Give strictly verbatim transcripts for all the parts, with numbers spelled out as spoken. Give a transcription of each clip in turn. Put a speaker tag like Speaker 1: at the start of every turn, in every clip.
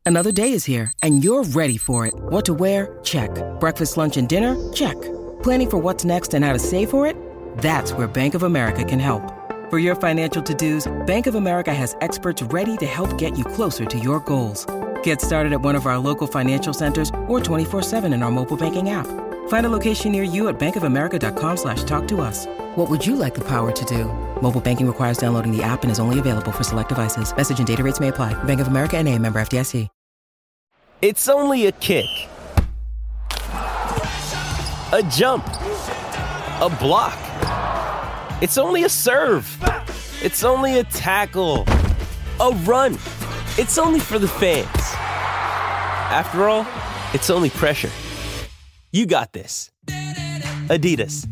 Speaker 1: Another day is here, and you're ready for it. What to wear? Check. Breakfast, lunch, and dinner? Check. Planning for what's next and how to save for it? That's where Bank of America can help. For your financial to-dos, Bank of America has experts ready to help get you closer to your goals. Get started at one of our local financial centers or twenty-four seven in our mobile banking app. Find a location near you at bankofamerica.com slash talk to us. What would you like the power to do? Mobile banking requires downloading the app and is only available for select devices. Message and data rates may apply. Bank of America N A, member F D I C.
Speaker 2: It's only a kick. A jump. A block. It's only a serve. It's only a tackle. A run. It's only for the fans. After all, it's only pressure. You got this. Adidas.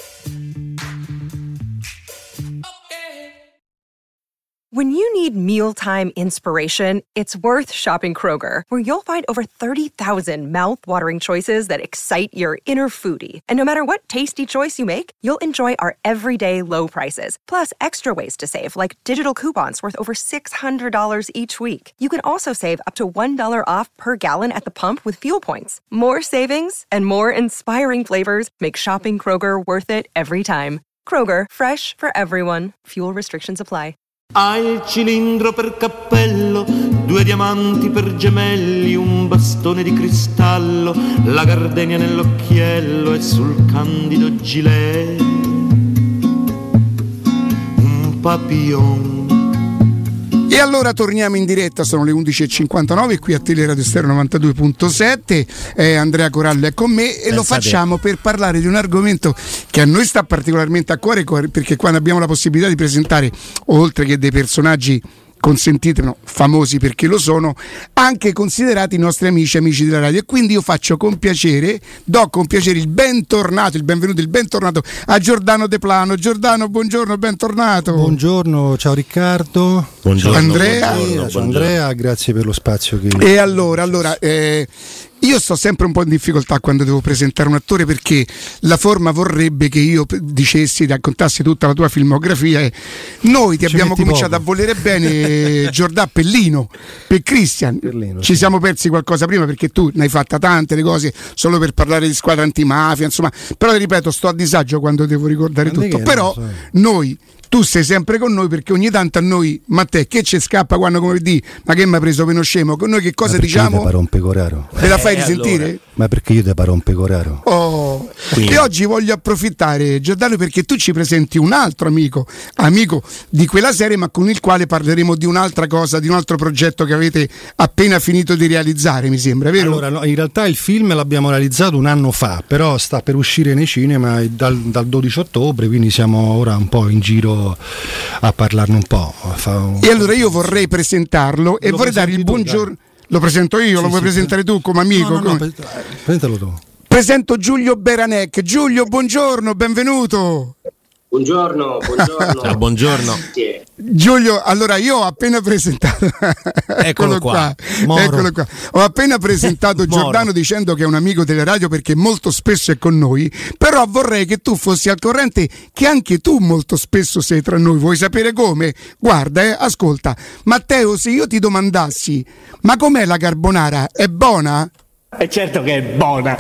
Speaker 3: When you need mealtime inspiration, it's worth shopping Kroger, where you'll find over thirty thousand mouth-watering choices that excite your inner foodie. And no matter what tasty choice you make, you'll enjoy our everyday low prices, plus extra ways to save, like digital coupons worth over six hundred dollars each week. You can also save up to one dollar off per gallon at the pump with fuel points. More savings and more inspiring flavors make shopping Kroger worth it every time. Kroger, fresh for everyone. Fuel restrictions apply.
Speaker 4: Ha il cilindro per cappello, due diamanti per gemelli, un bastone di cristallo, la gardenia nell'occhiello e sul candido gilet un papillon.
Speaker 5: E allora torniamo in diretta, sono le undici e cinquantanove qui a Teleradio Stereo novantadue virgola sette, eh, Andrea Corallo è con me e Pensate. Lo facciamo per parlare di un argomento che a noi sta particolarmente a cuore, perché quando abbiamo la possibilità di presentare, oltre che dei personaggi consentitemelo, famosi perché lo sono, anche considerati i nostri amici amici della radio, e quindi io faccio con piacere, do con piacere il bentornato, il benvenuto, il bentornato a Giordano De Plano. Giordano, buongiorno, bentornato.
Speaker 6: Buongiorno, ciao Riccardo.
Speaker 5: Buongiorno,
Speaker 6: Andrea.
Speaker 5: buongiorno,
Speaker 6: Ciao
Speaker 5: buongiorno.
Speaker 6: Andrea, grazie per lo spazio che...
Speaker 5: E allora, allora eh, io sto sempre un po' in difficoltà quando devo presentare un attore, perché la forma vorrebbe che io dicessi, raccontassi tutta la tua filmografia, e noi ti
Speaker 6: Ci
Speaker 5: abbiamo
Speaker 6: metti
Speaker 5: cominciato
Speaker 6: poco.
Speaker 5: a volere bene, Giordà Pellino, per Christian.
Speaker 6: Pellino,
Speaker 5: ci
Speaker 6: sì.
Speaker 5: siamo persi qualcosa prima perché tu ne hai fatta tante le cose solo per parlare di Squadra Antimafia, insomma, però ripeto, sto a disagio quando devo ricordare
Speaker 6: Grande
Speaker 5: tutto,
Speaker 6: che
Speaker 5: però
Speaker 6: non so.
Speaker 5: noi... Tu sei sempre con noi, perché ogni tanto a noi, Matteo, che ci scappa quando come di ma che mi ha preso per uno scemo? Con noi che cosa
Speaker 6: Ma perché
Speaker 5: diciamo?
Speaker 6: Io te paro un pecoraro.
Speaker 5: Me la fai
Speaker 2: Eh,
Speaker 5: risentire?
Speaker 2: allora.
Speaker 6: Ma perché io te paro un pecoraro.
Speaker 5: Oh.
Speaker 2: Quindi.
Speaker 5: E oggi voglio approfittare, Giordano, perché tu ci presenti un altro amico, amico di quella serie, ma con il quale parleremo di un'altra cosa, di un altro progetto che avete appena finito di realizzare, mi sembra, vero?
Speaker 6: Allora, no, in realtà il film l'abbiamo realizzato un anno fa, però sta per uscire nei cinema dal, dal dodici ottobre, quindi siamo ora un po' in giro a parlarne un po'. Un...
Speaker 5: E allora io vorrei presentarlo e
Speaker 6: Lo
Speaker 5: vorrei dare il
Speaker 6: presenti tu,
Speaker 5: buongiorno. Lo presento io,
Speaker 6: Sì,
Speaker 5: lo vuoi
Speaker 6: sì,
Speaker 5: presentare tu come amico?
Speaker 6: No, no, no,
Speaker 5: Come-
Speaker 6: pre- presentalo tu.
Speaker 5: Presento Giulio Beranec. Giulio, buongiorno, benvenuto.
Speaker 7: Buongiorno, buongiorno.
Speaker 2: Ciao, buongiorno.
Speaker 7: Grazie.
Speaker 5: Giulio, allora io ho appena presentato eccolo
Speaker 2: qua.
Speaker 6: Moro.
Speaker 5: eccolo qua. Ho appena presentato
Speaker 2: Moro.
Speaker 5: Giordano dicendo che è un amico delle radio perché molto spesso è con noi, però vorrei che tu fossi al corrente che anche tu molto spesso sei tra noi. Vuoi sapere come? Guarda, eh, ascolta, Matteo, se io ti domandassi ma com'è la carbonara? È buona?
Speaker 7: È certo che è buona.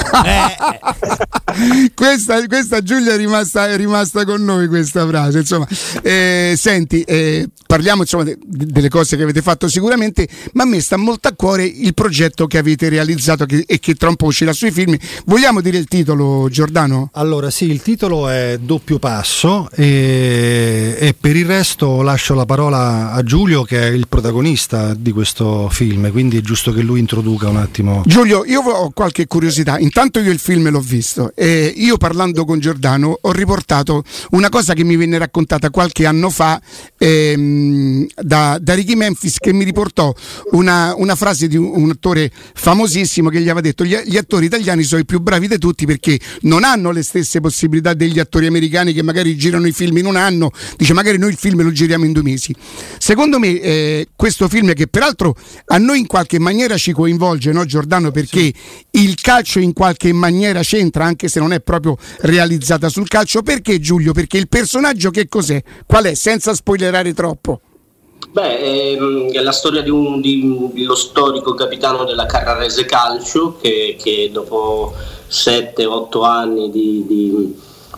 Speaker 5: questa, questa Giulia è rimasta, è rimasta con noi, questa frase, insomma. Eh, senti, eh, parliamo insomma de, de, delle cose che avete fatto sicuramente, ma a me sta molto a cuore il progetto che avete realizzato che, e che tra un po' uscirà sui film. Vogliamo dire il titolo, Giordano?
Speaker 6: Allora sì, il titolo è Doppio Passo e, e per il resto lascio la parola a Giulio, che è il protagonista di questo film, quindi è giusto che lui introduca un attimo.
Speaker 5: Giulio, io ho qualche curiosità. Intanto io il film l'ho visto e io, parlando con Giordano, ho riportato una cosa che mi venne raccontata qualche anno fa ehm, da, da Ricky Memphis, che mi riportò una, una frase di un, un attore famosissimo che gli aveva detto: gli, gli attori italiani sono i più bravi di tutti perché non hanno le stesse possibilità degli attori americani che magari girano i film in un anno. Dice, magari noi il film lo giriamo in due mesi. Secondo me eh, questo film, che peraltro a noi in qualche maniera ci coinvolge, no Giordano, perché il calcio in qualche maniera c'entra, anche se non è proprio realizzata sul calcio. Perché, Giulio? Perché il personaggio che cos'è? Qual è? Senza spoilerare troppo.
Speaker 7: Beh, è la storia di un, di, dello storico capitano della Carrarese Calcio che, che dopo sette otto anni di, di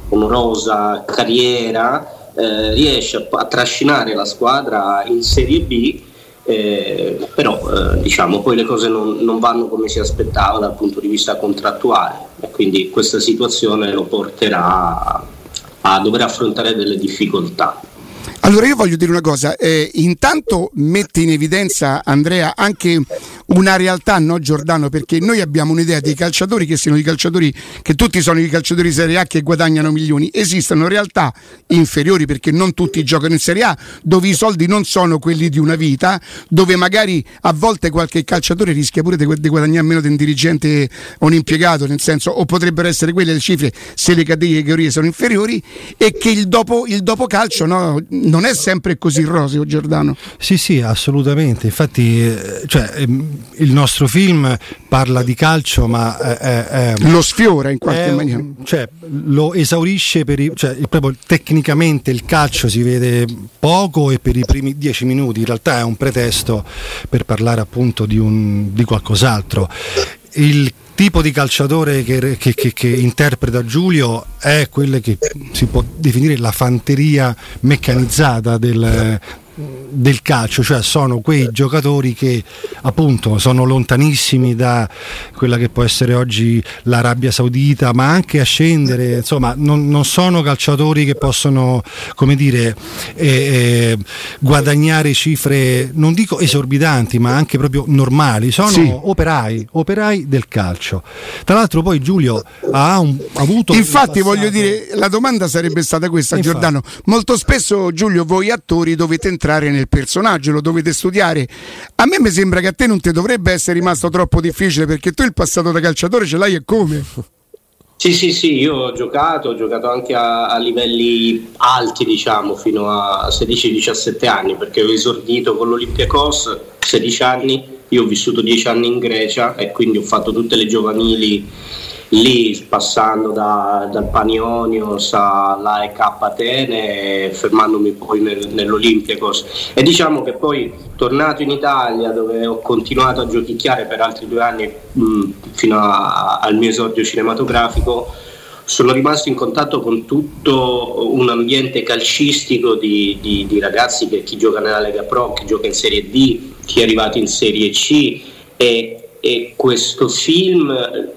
Speaker 7: onorosa carriera eh, riesce a, a trascinare la squadra in Serie B, eh, però eh, diciamo poi le cose non, non vanno come si aspettava dal punto di vista contrattuale e quindi questa situazione lo porterà a, a dover affrontare delle difficoltà.
Speaker 5: Allora io voglio dire una cosa, eh, intanto mette in evidenza, Andrea, anche una realtà, no Giordano, perché noi abbiamo un'idea dei calciatori che siano i calciatori, che tutti sono i calciatori di Serie A che guadagnano milioni. Esistono realtà inferiori, perché non tutti giocano in Serie A, dove i soldi non sono quelli di una vita, dove magari a volte qualche calciatore rischia pure di, di guadagnare meno di un dirigente o un impiegato, nel senso, o potrebbero essere quelle le cifre se le categorie sono inferiori, e che il dopo, il dopo calcio, no, non è sempre così roseo, Giordano.
Speaker 6: Sì, sì, assolutamente. Infatti, eh, cioè, ehm, il nostro film parla di calcio, ma eh, eh,
Speaker 5: lo sfiora in qualche
Speaker 6: eh,
Speaker 5: maniera.
Speaker 6: Cioè, lo esaurisce per i, cioè, proprio tecnicamente il calcio si vede poco e per i primi dieci minuti in realtà è un pretesto per parlare appunto di, un, di qualcos'altro. Il tipo di calciatore che, che, che, che interpreta Giulio è quella che si può definire la fanteria meccanizzata del, del calcio, cioè sono quei giocatori che appunto sono lontanissimi da quella che può essere oggi l'Arabia Saudita, ma anche a scendere, insomma non, non sono calciatori che possono, come dire, eh, eh, guadagnare cifre, non dico esorbitanti, ma anche proprio normali, sono sì. operai, operai del calcio. Tra l'altro poi Giulio ha, un, ha avuto
Speaker 5: infatti voglio dire, la domanda sarebbe stata questa, infatti. Giordano, molto spesso Giulio voi attori dovete entrare nel personaggio, lo dovete studiare. A me mi sembra che a te non ti dovrebbe essere rimasto troppo difficile, perché tu il passato da calciatore ce l'hai, e come?
Speaker 7: Sì, sì, sì, io ho giocato, ho giocato anche a, a livelli alti, diciamo, fino a sedici diciassette anni, perché ho esordito con l'Olympiakos sedici anni, io ho vissuto dieci anni in Grecia e quindi ho fatto tutte le giovanili lì, passando da, dal Panionios all'A E K Atene, fermandomi poi nel, nell'Olympiakos. E diciamo che poi, tornato in Italia, dove ho continuato a giochicchiare per altri due anni mh, fino a, al mio esordio cinematografico, sono rimasto in contatto con tutto un ambiente calcistico di, di, di ragazzi, che chi gioca nella Lega Pro, chi gioca in Serie D, chi è arrivato in Serie C, e, e questo film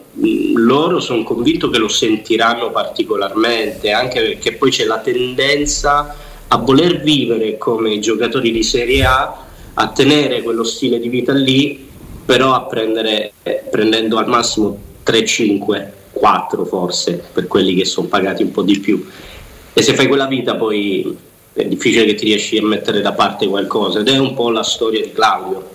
Speaker 7: loro sono convinto che lo sentiranno particolarmente, anche perché poi c'è la tendenza a voler vivere come i giocatori di Serie A, a tenere quello stile di vita lì, però a prendere eh, prendendo al massimo tre cinque quattro forse per quelli che sono pagati un po' di più, e se fai quella vita poi è difficile che ti riesci a mettere da parte qualcosa, ed è un po' la storia di Claudio.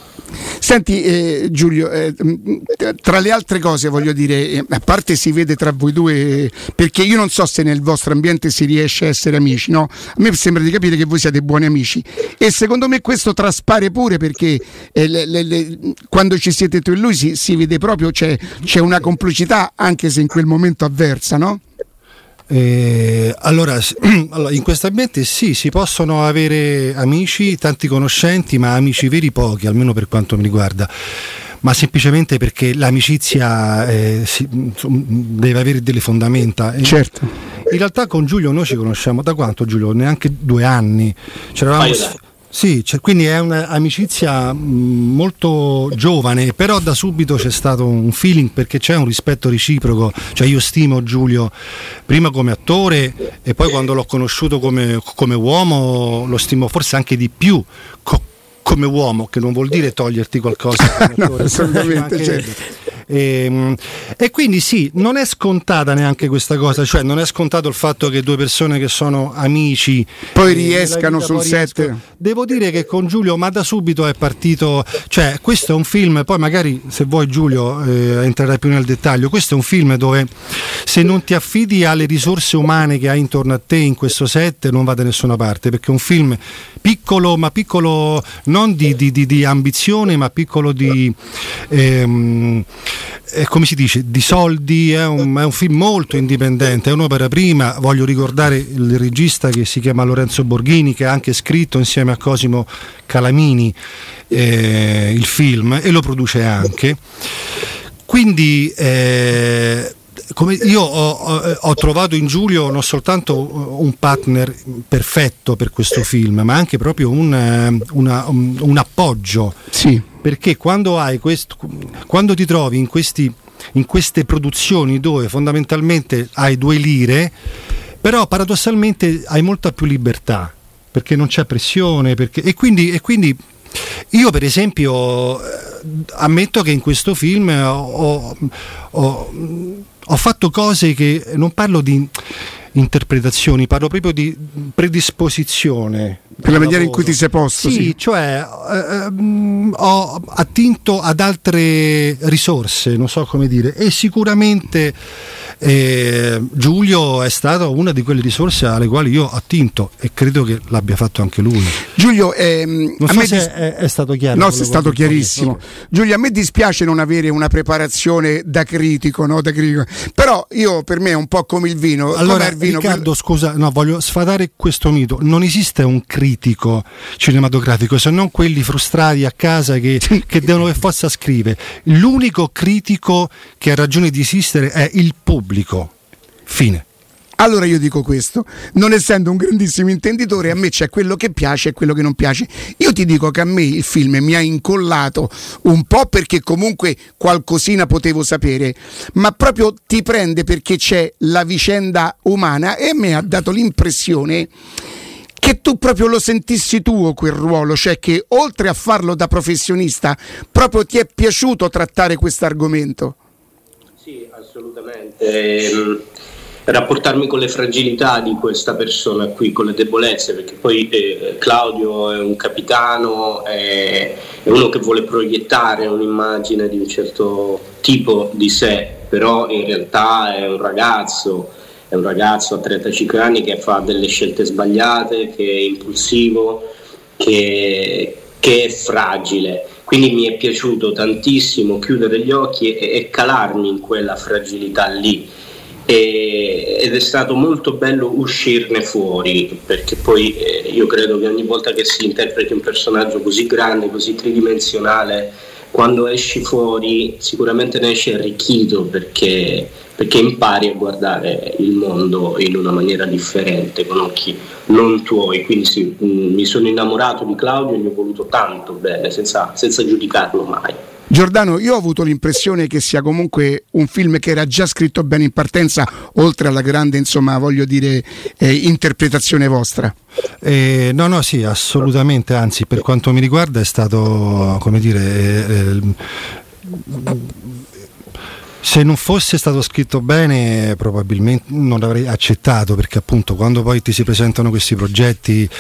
Speaker 5: Senti eh, Giulio, eh, tra le altre cose voglio dire, eh, a parte si vede tra voi due, eh, perché io non so se nel vostro ambiente si riesce a essere amici, no? A me sembra di capire che voi siete buoni amici, e secondo me questo traspare pure, perché eh, le, le, le, quando ci siete tu e lui si, si vede proprio, c'è, c'è una complicità, anche se in quel momento avversa, no?
Speaker 6: Eh, allora, allora, in questo ambiente sì, si possono avere amici, tanti conoscenti, ma amici veri pochi, almeno per quanto mi riguarda, ma semplicemente perché l'amicizia eh, si, deve avere delle fondamenta.
Speaker 5: Certo.
Speaker 6: In realtà con Giulio noi ci conosciamo da quanto, Giulio? Neanche due anni. C'eravamo... Sì, cioè, quindi è un'amicizia molto giovane, però da subito c'è stato un feeling, perché c'è un rispetto reciproco, cioè io stimo Giulio prima come attore, e poi quando l'ho conosciuto come, come uomo lo stimo forse anche di più co- come uomo, che non vuol dire toglierti qualcosa come
Speaker 5: no,
Speaker 6: attore,
Speaker 5: assolutamente, certo.
Speaker 6: E, e quindi sì, non è scontata neanche questa cosa, cioè non è scontato il fatto che due persone che sono amici
Speaker 5: poi riescano sul set.
Speaker 6: Devo dire che con Giulio, ma da subito è partito, cioè questo è un film, poi magari se vuoi Giulio eh, entrerai più nel dettaglio, questo è un film dove se non ti affidi alle risorse umane che hai intorno a te in questo set non va da nessuna parte, perché è un film piccolo, ma piccolo non di, di, di, di ambizione, ma piccolo di ehm, è, come si dice, di soldi, è un, è un film molto indipendente, è un'opera prima. Voglio ricordare il regista che si chiama Lorenzo Borghini, che ha anche scritto insieme a Cosimo Calamini eh, il film e lo produce anche. Quindi eh, come io ho, ho, ho trovato in Giulio non soltanto un partner perfetto per questo film, ma anche proprio un, una, un, un appoggio.
Speaker 5: Sì.
Speaker 6: Perché quando hai questo, quando ti trovi in questi in queste produzioni dove fondamentalmente hai due lire, però paradossalmente hai molta più libertà, perché non c'è pressione, perché, e quindi e quindi io per esempio ammetto che in questo film ho, ho, ho fatto cose che non parlo di interpretazioni, parlo proprio di predisposizione
Speaker 5: per la maniera in cui ti sei posto.
Speaker 6: Sì,
Speaker 5: sì.
Speaker 6: cioè ehm, ho attinto ad altre risorse, non so come dire, e sicuramente eh, Giulio è stato una di quelle risorse alle quali io ho attinto e credo che l'abbia fatto anche lui.
Speaker 5: Giulio, ehm,
Speaker 6: non
Speaker 5: a
Speaker 6: so
Speaker 5: me
Speaker 6: se
Speaker 5: dis-
Speaker 6: è, è stato chiaro.
Speaker 5: No, è stato chiarissimo.
Speaker 6: Okay.
Speaker 5: Giulio, a me dispiace non avere una preparazione da critico, no? Da critico. Però io, per me è un po' come il vino.
Speaker 6: Allora,
Speaker 5: il vino,
Speaker 6: Riccardo,
Speaker 5: quello...
Speaker 6: scusa, no, voglio sfatare questo mito. Non esiste un critico cinematografico, se non quelli frustrati a casa che, che devono per forza scrivere. L'unico critico che ha ragione di esistere è il pubblico. Fine.
Speaker 5: Allora io dico questo, non essendo un grandissimo intenditore, a me c'è quello che piace e quello che non piace. Io ti dico che a me il film mi ha incollato un po' perché comunque qualcosina potevo sapere, ma proprio ti prende perché c'è la vicenda umana e a me ha dato l'impressione che tu proprio lo sentissi tuo quel ruolo, cioè che oltre a farlo da professionista proprio ti è piaciuto trattare questo argomento.
Speaker 7: Sì, assolutamente. Ehm, rapportarmi con le fragilità di questa persona qui, con le debolezze, perché poi eh, Claudio è un capitano, è, è uno che vuole proiettare un'immagine di un certo tipo di sé, però in realtà è un ragazzo, è un ragazzo a trentacinque anni che fa delle scelte sbagliate, che è impulsivo, che, che è fragile. Quindi mi è piaciuto tantissimo chiudere gli occhi e, e calarmi in quella fragilità lì. E, ed è stato molto bello uscirne fuori, perché poi eh, io credo che ogni volta che si interpreti un personaggio così grande, così tridimensionale, quando esci fuori sicuramente ne esci arricchito, perché, perché impari a guardare il mondo in una maniera differente, con occhi non tuoi. Quindi sì, mh, mi sono innamorato di Claudio e gli ho voluto tanto bene, senza, senza giudicarlo mai.
Speaker 5: Giordano, io ho avuto l'impressione che sia comunque un film che era già scritto bene in partenza, oltre alla grande, insomma, voglio dire, eh, interpretazione vostra.
Speaker 6: Eh, no, no, sì, assolutamente, anzi, per quanto mi riguarda è stato, come dire, eh, eh, se non fosse stato scritto bene probabilmente non l'avrei accettato, perché appunto quando poi ti si presentano questi progetti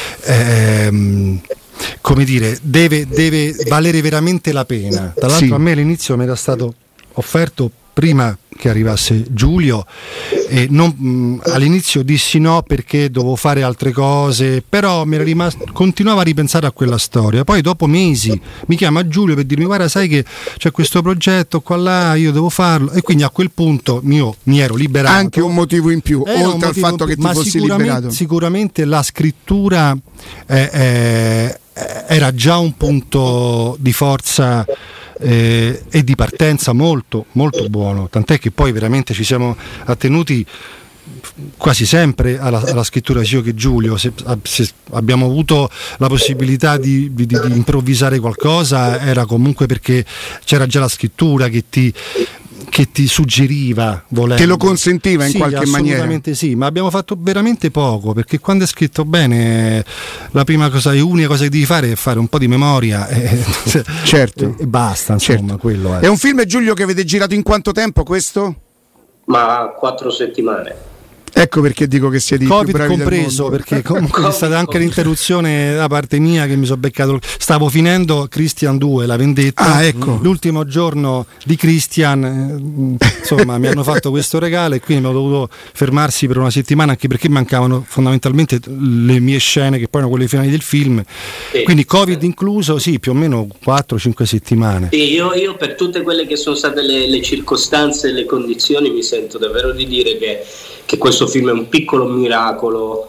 Speaker 6: ehm, come dire, deve, deve valere veramente la pena. Tra l'altro sì. A me all'inizio mi era stato offerto prima che arrivasse Giulio e non, mh, all'inizio dissi no perché dovevo fare altre cose, però mi era rimasto, continuavo a ripensare a quella storia. Poi dopo mesi mi chiama Giulio per dirmi guarda, sai che c'è questo progetto qua là, io devo farlo, e quindi a quel punto io mi ero liberato.
Speaker 5: Anche un motivo in più,
Speaker 6: era
Speaker 5: oltre al fatto che ti
Speaker 6: ma
Speaker 5: fossi
Speaker 6: sicuramente,
Speaker 5: liberato.
Speaker 6: Sicuramente la scrittura eh, eh, era già un punto di forza Eh, e di partenza molto molto buono, tant'è che poi veramente ci siamo attenuti quasi sempre alla, alla scrittura sia io che Giulio. Se, se abbiamo avuto la possibilità di, di, di improvvisare qualcosa era comunque perché c'era già la scrittura che ti che ti suggeriva, volendo.
Speaker 5: Che lo consentiva in
Speaker 6: sì,
Speaker 5: qualche maniera.
Speaker 6: Assolutamente sì, ma abbiamo fatto veramente poco, perché quando è scritto bene la prima cosa e unica cosa che devi fare è fare un po' di memoria e,
Speaker 5: certo.
Speaker 6: e basta, insomma,
Speaker 5: certo.
Speaker 6: Quello è.
Speaker 5: È un film, Giulio, che avete girato in quanto tempo questo?
Speaker 7: Ma quattro settimane.
Speaker 5: Ecco perché dico che siete i più
Speaker 6: Covid
Speaker 5: bravi
Speaker 6: compreso,
Speaker 5: del mondo.
Speaker 6: perché comunque c'è stata anche l'interruzione da parte mia che mi sono beccato. Stavo finendo Christian due, la vendetta.
Speaker 5: Ah, ecco.
Speaker 6: L'ultimo giorno di Christian, eh, insomma, mi hanno fatto questo regalo e quindi mi ho dovuto fermarsi per una settimana, anche perché mancavano fondamentalmente le mie scene, che poi erano quelle finali del film.
Speaker 7: Sì.
Speaker 6: Quindi Covid incluso, sì, più o meno quattro cinque settimane.
Speaker 7: Sì, io, io per tutte quelle che sono state le, le circostanze e le condizioni mi sento davvero di dire che, che questo film è un piccolo miracolo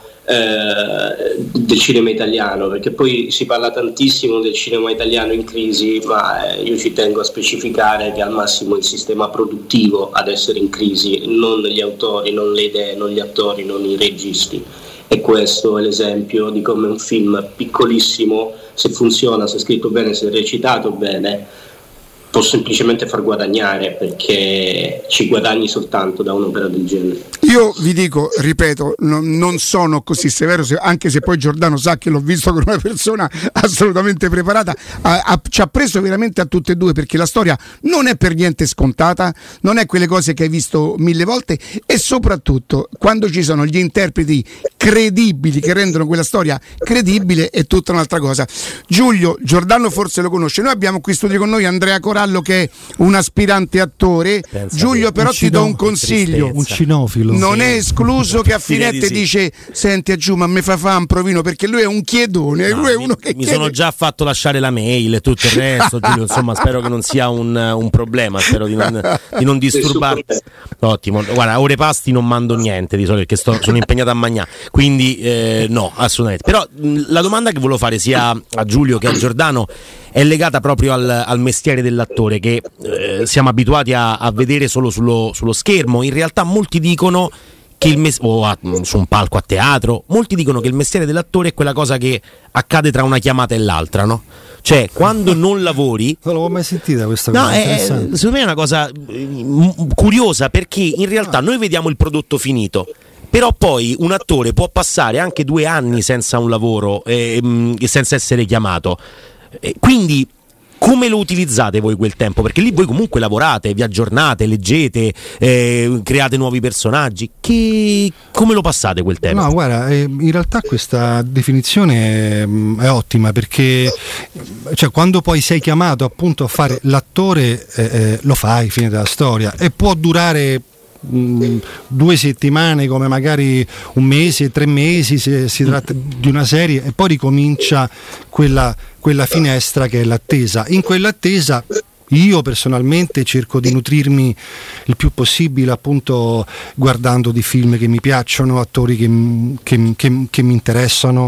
Speaker 7: eh, del cinema italiano, perché poi si parla tantissimo del cinema italiano in crisi, ma eh, io ci tengo a specificare che al massimo il sistema produttivo ad essere in crisi, non gli autori, non le idee, non gli attori, non i registi. E questo è l'esempio di come un film piccolissimo, se funziona, se è scritto bene, se è recitato bene, può semplicemente far guadagnare, perché ci guadagni soltanto da un'opera del genere.
Speaker 5: Io vi dico, ripeto, non, non sono così severo, se, anche se poi Giordano sa che l'ho visto con una persona assolutamente preparata, ha, ha, ci ha preso veramente a tutte e due, perché la storia non è per niente scontata, non è quelle cose che hai visto mille volte, e soprattutto quando ci sono gli interpreti credibili che rendono quella storia credibile è tutta un'altra cosa. Giulio, Giordano forse lo conosce, noi abbiamo qui in studio con noi Andrea Corallo che è un aspirante attore.
Speaker 2: Pensa
Speaker 5: Giulio, però ti do un consiglio,
Speaker 6: un cinofilo.
Speaker 5: non è escluso che a
Speaker 2: Direi
Speaker 5: Finette
Speaker 2: di sì.
Speaker 5: dice senti a Giù, ma mi fa fa un provino, perché lui è un chiedone,
Speaker 2: No,
Speaker 5: lui è
Speaker 2: mi,
Speaker 5: uno che
Speaker 2: mi
Speaker 5: chiede.
Speaker 2: sono già fatto lasciare la mail e tutto il resto, Giulio, insomma spero che non sia un, un problema, spero di non, di non disturbarti. Ottimo, guarda, ore pasti non mando niente di solito perché sto, sono impegnato a mangiare, quindi eh, no, assolutamente. Però mh, la domanda che volevo fare sia a Giulio che a Giordano è legata proprio al, al mestiere dell'attore, che eh, siamo abituati a, a vedere solo sullo, sullo schermo. In realtà molti dicono che il mes- o a, su un palco a teatro, molti dicono che il mestiere dell'attore è quella cosa che accade tra una chiamata e l'altra, no? Cioè, quando non lavori...
Speaker 6: Non l'avevo mai sentita questa cosa.
Speaker 2: No, è, secondo me è una cosa mm, curiosa, perché in realtà noi vediamo il prodotto finito, però poi un attore può passare anche due anni senza un lavoro e eh, senza essere chiamato. E quindi come lo utilizzate voi quel tempo? Perché lì voi comunque lavorate, vi aggiornate, leggete, eh, create nuovi personaggi. Che... Come lo passate quel tempo?
Speaker 6: No, guarda, eh, in realtà questa definizione è, è ottima, perché cioè, quando poi sei chiamato appunto a fare l'attore, eh, eh, lo fai, fine della storia, e può durare mh, due settimane, come magari un mese, tre mesi, se si tratta di una serie, e poi ricomincia quella, quella finestra che è l'attesa. In quell'attesa io personalmente cerco di nutrirmi il più possibile, appunto guardando di film che mi piacciono, attori che, che, che, che mi interessano,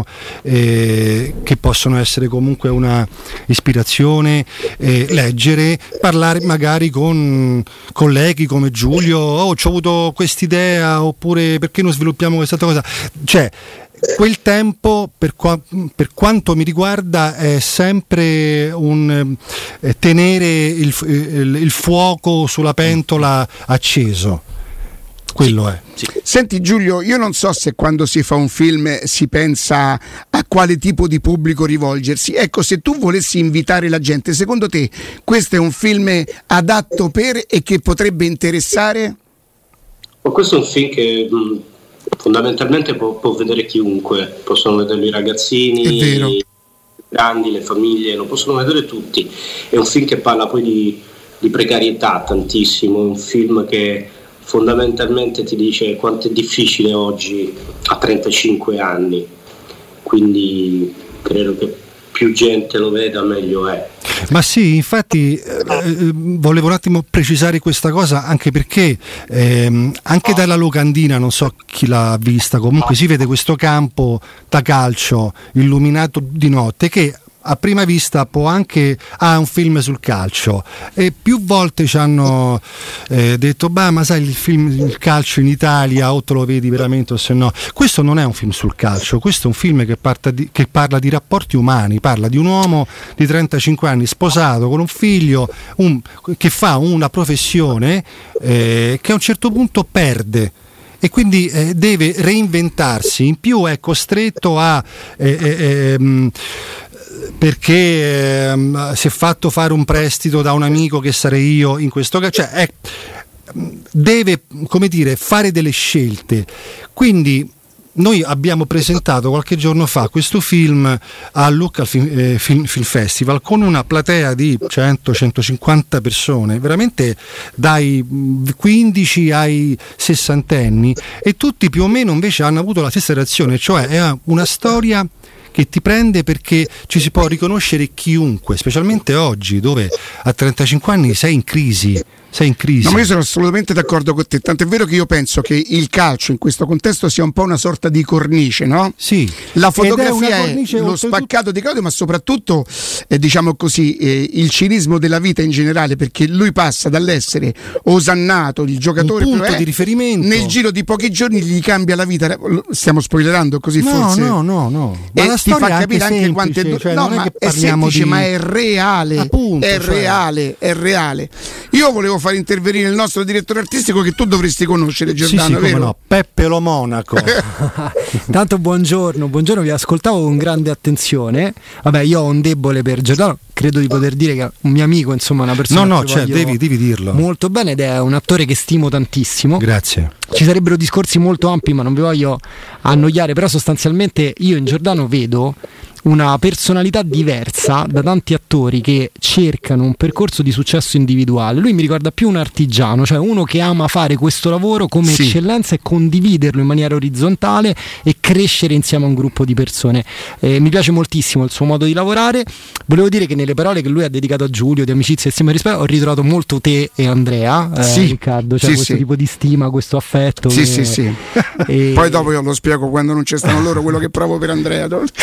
Speaker 6: eh, che possono essere comunque una ispirazione, eh, leggere, parlare magari con colleghi come Giulio, oh c'ho avuto quest'idea, oppure perché non sviluppiamo questa cosa, cioè quel tempo per, qua, per quanto mi riguarda è sempre un eh, tenere il, il, il fuoco sulla pentola acceso, quello sì, è
Speaker 5: sì. Senti Giulio, io non so se quando si fa un film si pensa a quale tipo di pubblico rivolgersi. Ecco, se tu volessi invitare la gente, secondo te questo è un film adatto per e che potrebbe interessare?
Speaker 7: Ma questo è un film che mh, fondamentalmente può, può vedere chiunque, possono vederlo i ragazzini, i grandi, le famiglie, lo possono vedere tutti. È un film che parla poi di, di precarietà tantissimo, è un film che fondamentalmente ti dice quanto è difficile oggi a trentacinque anni, quindi credo che più gente lo veda meglio è.
Speaker 6: Ma sì, infatti eh, volevo un attimo precisare questa cosa, anche perché ehm, anche dalla locandina, non so chi l'ha vista, comunque si vede questo campo da calcio illuminato di notte che a prima vista può anche ha ah, un film sul calcio, e più volte ci hanno eh, detto bah ma sai il film il calcio in Italia o te lo vedi veramente o se no. Questo non è un film sul calcio, questo è un film che, di, che parla di rapporti umani, parla di un uomo di trentacinque anni sposato con un figlio, un, che fa una professione eh, che a un certo punto perde e quindi eh, deve reinventarsi, in più è costretto a eh, eh, eh, perché ehm, si è fatto fare un prestito da un amico che sarei io in questo caso, cioè è, deve, come dire, fare delle scelte. Quindi noi abbiamo presentato qualche giorno fa questo film a Lucca al Film, eh, Film, Film Festival con una platea di cento centocinquanta persone, veramente dai quindici ai sessantenni, e tutti più o meno invece hanno avuto la stessa reazione, cioè è una storia che ti prende perché ci si può riconoscere chiunque, specialmente oggi dove a trentacinque anni sei in crisi. Sei in crisi.
Speaker 5: No, ma io sono assolutamente d'accordo con te, tant'è vero che io penso che il calcio in questo contesto sia un po' una sorta di cornice, no?
Speaker 6: Sì.
Speaker 5: La fotografia è, è lo spaccato di Claudio, ma soprattutto eh, diciamo così eh, il cinismo della vita in generale, perché lui passa dall'essere osannato, il giocatore
Speaker 6: un punto
Speaker 5: più, eh,
Speaker 6: di riferimento,
Speaker 5: nel giro di pochi giorni gli cambia la vita. Stiamo spoilerando così,
Speaker 6: no,
Speaker 5: forse?
Speaker 6: No, no, no.
Speaker 5: Ma
Speaker 6: e
Speaker 5: la
Speaker 6: ti
Speaker 5: fa capire anche,
Speaker 6: anche
Speaker 5: quante do-
Speaker 6: cioè,
Speaker 5: no,
Speaker 6: non
Speaker 5: ma
Speaker 6: è, che
Speaker 5: è semplice,
Speaker 6: di...
Speaker 5: ma è reale.
Speaker 6: Appunto,
Speaker 5: è
Speaker 6: cioè...
Speaker 5: reale, è reale. Io volevo far intervenire il nostro direttore artistico che tu dovresti conoscere, Giordano,
Speaker 6: sì, sì,
Speaker 5: vero?
Speaker 6: Come no, Peppe Lo Monaco.
Speaker 8: Tanto buongiorno, buongiorno, vi ascoltavo con grande attenzione. Vabbè, io ho un debole per Giordano, credo di poter dire che è un mio amico, insomma, una persona
Speaker 6: no, no,
Speaker 8: che
Speaker 6: cioè, devi, devi dirlo
Speaker 8: molto bene, ed è un attore che stimo tantissimo.
Speaker 6: Grazie.
Speaker 8: Ci sarebbero discorsi molto ampi, ma non vi voglio annoiare, però sostanzialmente io in Giordano vedo una personalità diversa da tanti attori che cercano un percorso di successo individuale. Lui mi ricorda più un artigiano, cioè uno che ama fare questo lavoro come sì. eccellenza e condividerlo in maniera orizzontale e crescere insieme a un gruppo di persone. Eh, mi piace moltissimo il suo modo di lavorare. Volevo dire che nelle parole che lui ha dedicato a Giulio, di amicizia e stima e rispetto, ho ritrovato molto te e Andrea, eh, sì. Riccardo, cioè sì, questo sì. tipo di stima, questo affetto.
Speaker 5: Sì,
Speaker 8: che...
Speaker 5: sì, sì. E... Poi dopo io lo spiego quando non ci stanno loro quello che provo per Andrea.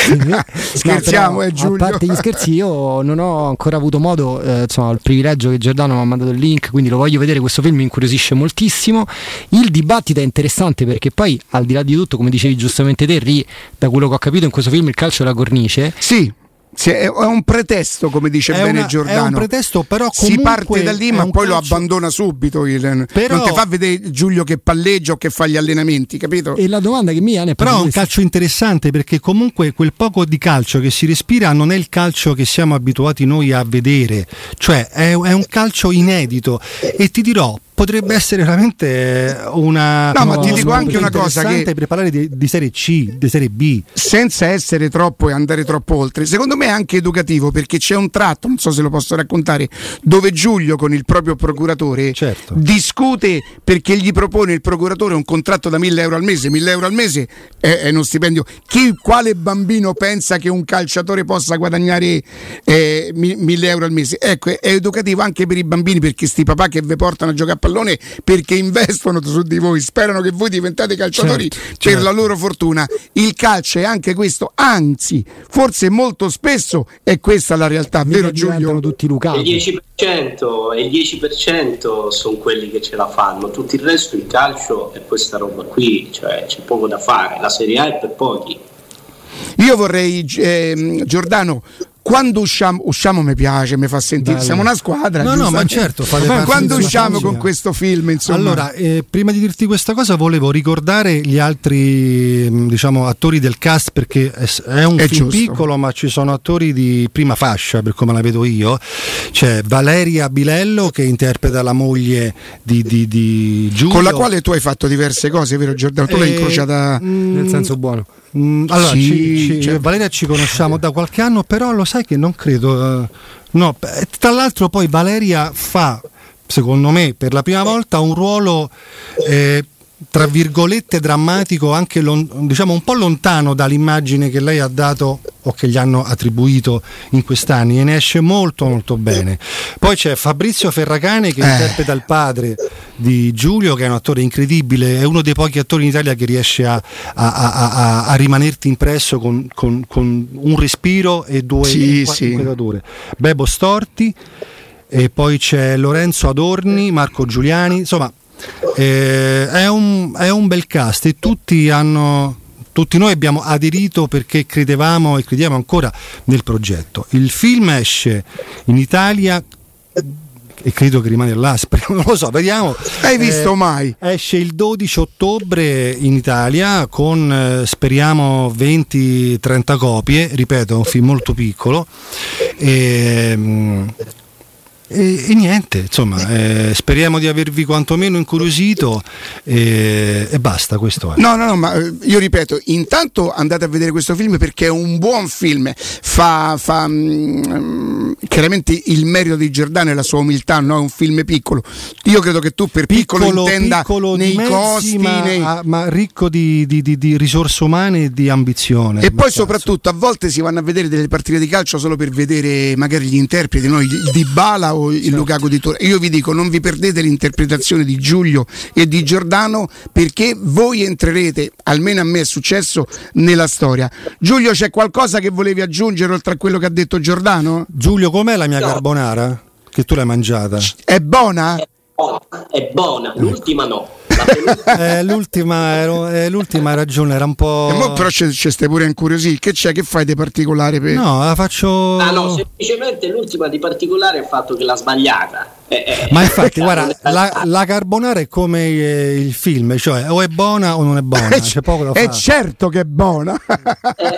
Speaker 5: Scherziamo,
Speaker 8: no,
Speaker 5: eh, Giulio.
Speaker 8: A parte gli scherzi, io non ho ancora avuto modo, eh, insomma, il privilegio che Giordano mi ha mandato il link, quindi lo voglio vedere. Questo film mi incuriosisce moltissimo. Il dibattito è interessante perché poi, al di là di tutto, come dicevi giustamente te, Ri, da quello che ho capito in questo film il calcio è la cornice.
Speaker 5: Sì. È un pretesto, come dice
Speaker 6: è
Speaker 5: bene
Speaker 6: una,
Speaker 5: Giordano.
Speaker 6: È un pretesto, però
Speaker 5: si parte da lì, ma poi
Speaker 6: calcio...
Speaker 5: lo abbandona subito. Il...
Speaker 6: Però...
Speaker 5: Non ti fa vedere Giulio che palleggia o che fa gli allenamenti, capito?
Speaker 8: E la domanda che mi viene è
Speaker 6: però è un calcio interessante, perché comunque quel poco di calcio che si respira non è il calcio che siamo abituati noi a vedere, cioè è, è un calcio inedito. E ti dirò, potrebbe essere veramente una
Speaker 5: no, ma ti dico anche una cosa che
Speaker 6: preparare di, di serie C, di serie B,
Speaker 5: senza essere troppo e andare troppo oltre. Secondo me è anche educativo, perché c'è un tratto, non so se lo posso raccontare, dove Giulio con il proprio procuratore
Speaker 6: certo.
Speaker 5: discute perché gli propone il procuratore un contratto da mille euro al mese. Mille euro al mese è, è uno stipendio. Chi, quale bambino pensa che un calciatore possa guadagnare eh, mille euro al mese? Ecco, è, è educativo anche per i bambini, perché sti papà che vi portano a giocare a pallone perché investono su di voi, sperano che voi diventate calciatori certo, per certo. la loro fortuna. Il calcio è anche questo, anzi forse molto spesso è questa la realtà,
Speaker 8: mi
Speaker 5: vero Giulio?
Speaker 8: Tutti Lucati.
Speaker 7: Il dieci per cento e il dieci per cento sono quelli che ce la fanno, tutto il resto il calcio è questa roba qui, cioè c'è poco da fare, la Serie A è per pochi.
Speaker 5: Io vorrei eh, Giordano, quando usciamo, usciamo mi piace, mi fa sentire,
Speaker 8: Bello.
Speaker 5: siamo una squadra.
Speaker 6: No, no, ma certo. Fate
Speaker 5: quando usciamo con questo film, insomma.
Speaker 6: Allora, eh, prima di dirti questa cosa, volevo ricordare gli altri, diciamo, attori del cast, perché è un
Speaker 5: è
Speaker 6: film
Speaker 5: giusto.
Speaker 6: piccolo, ma ci sono attori di prima fascia, per come la vedo io. C'è Valeria Bilello che interpreta la moglie di, di, di Giulio,
Speaker 5: con la quale tu hai fatto diverse cose, vero Giordano? Tu eh, l'hai incrociata
Speaker 8: nel senso buono.
Speaker 6: Mm, allora,
Speaker 5: sì,
Speaker 6: ci, ci,
Speaker 5: cioè...
Speaker 6: Valeria ci conosciamo da qualche anno, però lo sai che non credo. Uh, no, tra l'altro poi Valeria fa, secondo me, per la prima volta un ruolo eh, tra virgolette drammatico, anche lon, diciamo un po' lontano dall'immagine che lei ha dato o che gli hanno attribuito in quest'anni, e ne esce molto molto bene. Poi c'è Fabrizio Ferracane che eh. interpreta il padre di Giulio, che è un attore incredibile, è uno dei pochi attori in Italia che riesce a, a, a, a, a rimanerti impresso con, con, con un respiro e due
Speaker 5: sì,
Speaker 6: inquadrature. Sì. Bebo Storti, e poi c'è Lorenzo Adorni, Marco Giuliani, insomma eh, è, un, è un bel cast, e tutti hanno tutti noi abbiamo aderito perché credevamo e crediamo ancora nel progetto. Il film esce in Italia e credo che rimane là, non lo so, vediamo.
Speaker 5: Hai visto eh, mai?
Speaker 6: Esce il dodici ottobre in Italia con eh, speriamo venti trenta copie, ripeto, è un film molto piccolo. E, E, e niente, insomma, eh, speriamo di avervi quantomeno incuriosito e, e basta, questo è.
Speaker 5: No, no, no, ma io ripeto, intanto andate a vedere questo film perché è un buon film, fa, fa mh, chiaramente il merito di Giordano e la sua umiltà, no? È un film piccolo. Io credo che tu per piccolo, piccolo intenda
Speaker 6: piccolo
Speaker 5: nei
Speaker 6: mezzi,
Speaker 5: costi,
Speaker 6: ma,
Speaker 5: nei...
Speaker 6: ma ricco di, di, di, di risorse umane e di ambizione.
Speaker 5: E poi soprattutto a volte si vanno a vedere delle partite di calcio solo per vedere magari gli interpreti, no? Il Dybala o il certo. Lukaku di Torino. Io vi dico, non vi perdete l'interpretazione di Giulio e di Giordano, perché voi entrerete, almeno a me è successo, nella storia. Giulio, c'è qualcosa che volevi aggiungere oltre a quello che ha detto Giordano?
Speaker 6: Giulio, com'è la mia no. carbonara? Che tu l'hai mangiata?
Speaker 5: È buona?
Speaker 7: È buona, è buona. L'ultima no.
Speaker 6: eh, l'ultima, eh, l'ultima ragione era un po'.
Speaker 5: E mo però c'è, c'è stai pure incuriosito. Che c'è? Che fai di particolare? Per...
Speaker 6: No, la faccio.
Speaker 7: Ah no, semplicemente l'ultima di particolare è il fatto che l'ha sbagliata. Eh, eh,
Speaker 6: Ma infatti, guarda, la, la carbonara è come eh, il film, cioè o è buona o non è buona. C'è poco da fare.
Speaker 5: È certo che è buona.
Speaker 7: Eh.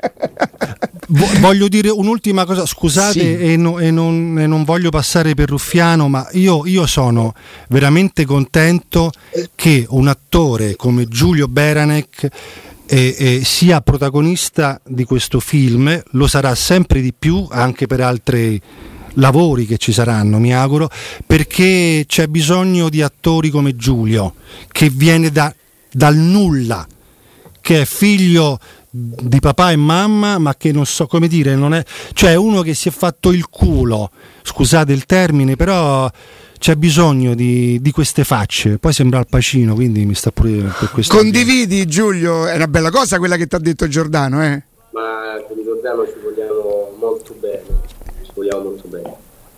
Speaker 6: Voglio dire un'ultima cosa, scusate, sì. e, no, e, non, e non voglio passare per ruffiano, ma io, io sono veramente contento che un attore come Giulio Beranek eh, eh, sia protagonista di questo film, lo sarà sempre di più anche per altri lavori che ci saranno, mi auguro, perché c'è bisogno di attori come Giulio, che viene da, dal nulla, che è figlio di papà e mamma, ma che non so come dire, non è, cioè uno che si è fatto il culo, scusate il termine, però c'è bisogno di, di queste facce. Poi sembra Al Pacino, quindi mi sta pure per questo.
Speaker 5: Condividi, Giulio, è una bella cosa quella che ti ha detto Giordano, eh?
Speaker 7: Ma con Giordano ci vogliamo molto bene, ci vogliamo molto bene.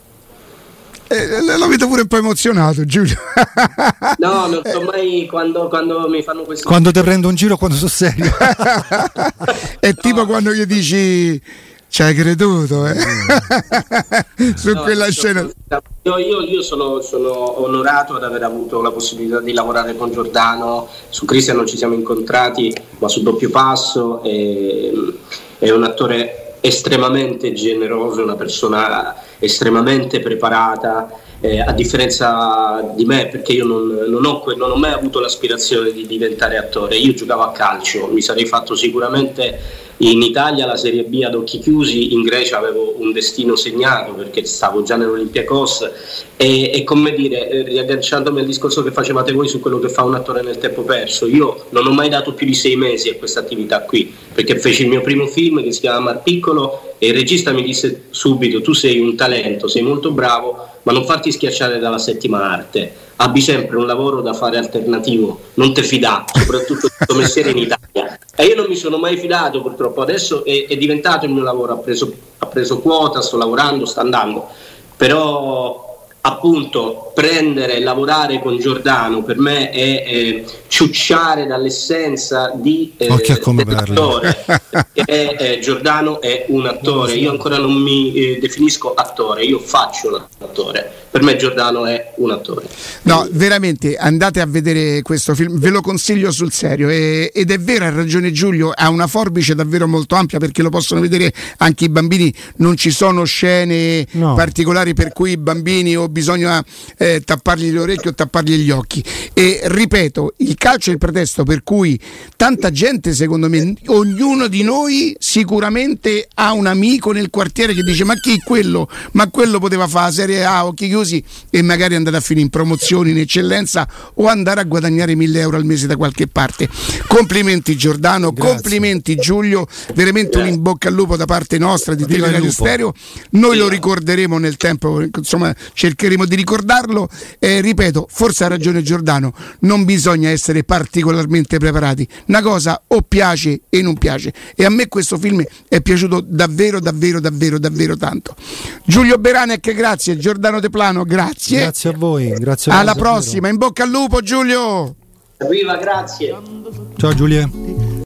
Speaker 5: Eh, lo vedo pure un po' emozionato, Giulio.
Speaker 7: No, non so mai quando, quando mi fanno questi.
Speaker 6: Quando ti prendo un giro, quando sono serio.
Speaker 5: È tipo no. Quando gli dici ci hai creduto, eh? Su
Speaker 7: no,
Speaker 5: quella
Speaker 7: io,
Speaker 5: scena.
Speaker 7: Io, io, io sono, sono onorato ad aver avuto la possibilità di lavorare con Giordano. Su Christian non ci siamo incontrati, ma su Doppio Passo. E, è un attore estremamente generoso, una persona estremamente preparata, eh, a differenza di me, perché io non, non, ho, non ho mai avuto l'aspirazione di diventare attore. Io giocavo a calcio, mi sarei fatto sicuramente in Italia la Serie B ad occhi chiusi, in Grecia avevo un destino segnato perché stavo già nell'Olympiakos e, e come dire, riagganciandomi al discorso che facevate voi su quello che fa un attore nel tempo perso, io non ho mai dato più di sei mesi a questa attività qui, perché feci il mio primo film che si chiama Mar Piccolo e il regista mi disse subito: tu sei un talento, sei molto bravo, ma non farti schiacciare dalla settima arte, abbi sempre un lavoro da fare alternativo, non te fidà, soprattutto di questo mestiere in Italia. E io non mi sono mai fidato, purtroppo. Adesso è, è diventato il mio lavoro, ha preso, ha preso quota, sto lavorando, sta andando, però appunto prendere e lavorare con Giordano per me è, è ciucciare dall'essenza di eh, dell'attore, perché eh, Giordano è un attore, io ancora non mi eh, definisco attore, io faccio l'attore, per me Giordano è un attore.
Speaker 5: No, veramente andate a vedere questo film, ve lo consiglio sul serio, e, ed è vero, ha ragione Giulio, ha una forbice davvero molto ampia perché lo possono vedere anche i bambini, non ci sono scene no. particolari per cui i bambini o bisogna eh, tappargli le orecchie o tappargli gli occhi. E ripeto, il calcio è il pretesto per cui tanta gente, secondo me, ognuno di noi sicuramente ha un amico nel quartiere che dice: ma chi quello? Ma quello poteva fare la Serie A, occhi chiusi, e magari andare a finire in promozioni, in eccellenza, o andare a guadagnare mille euro al mese da qualche parte. Complimenti Giordano, grazie. Complimenti Giulio, veramente un in bocca al lupo da parte nostra di Teleradio Stereo. Noi lo ricorderemo nel tempo, insomma cercheremo di ricordarlo. Eh, ripeto, forse ha ragione Giordano, non bisogna essere particolarmente preparati, una cosa o piace e non piace, e a me questo film è piaciuto davvero davvero davvero davvero tanto. Giulio Beranek, grazie. Giordano De Plano, grazie.
Speaker 6: Grazie a voi, grazie a
Speaker 5: alla prossima, in bocca al lupo Giulio.
Speaker 7: Viva, grazie.
Speaker 6: Ciao Giulia.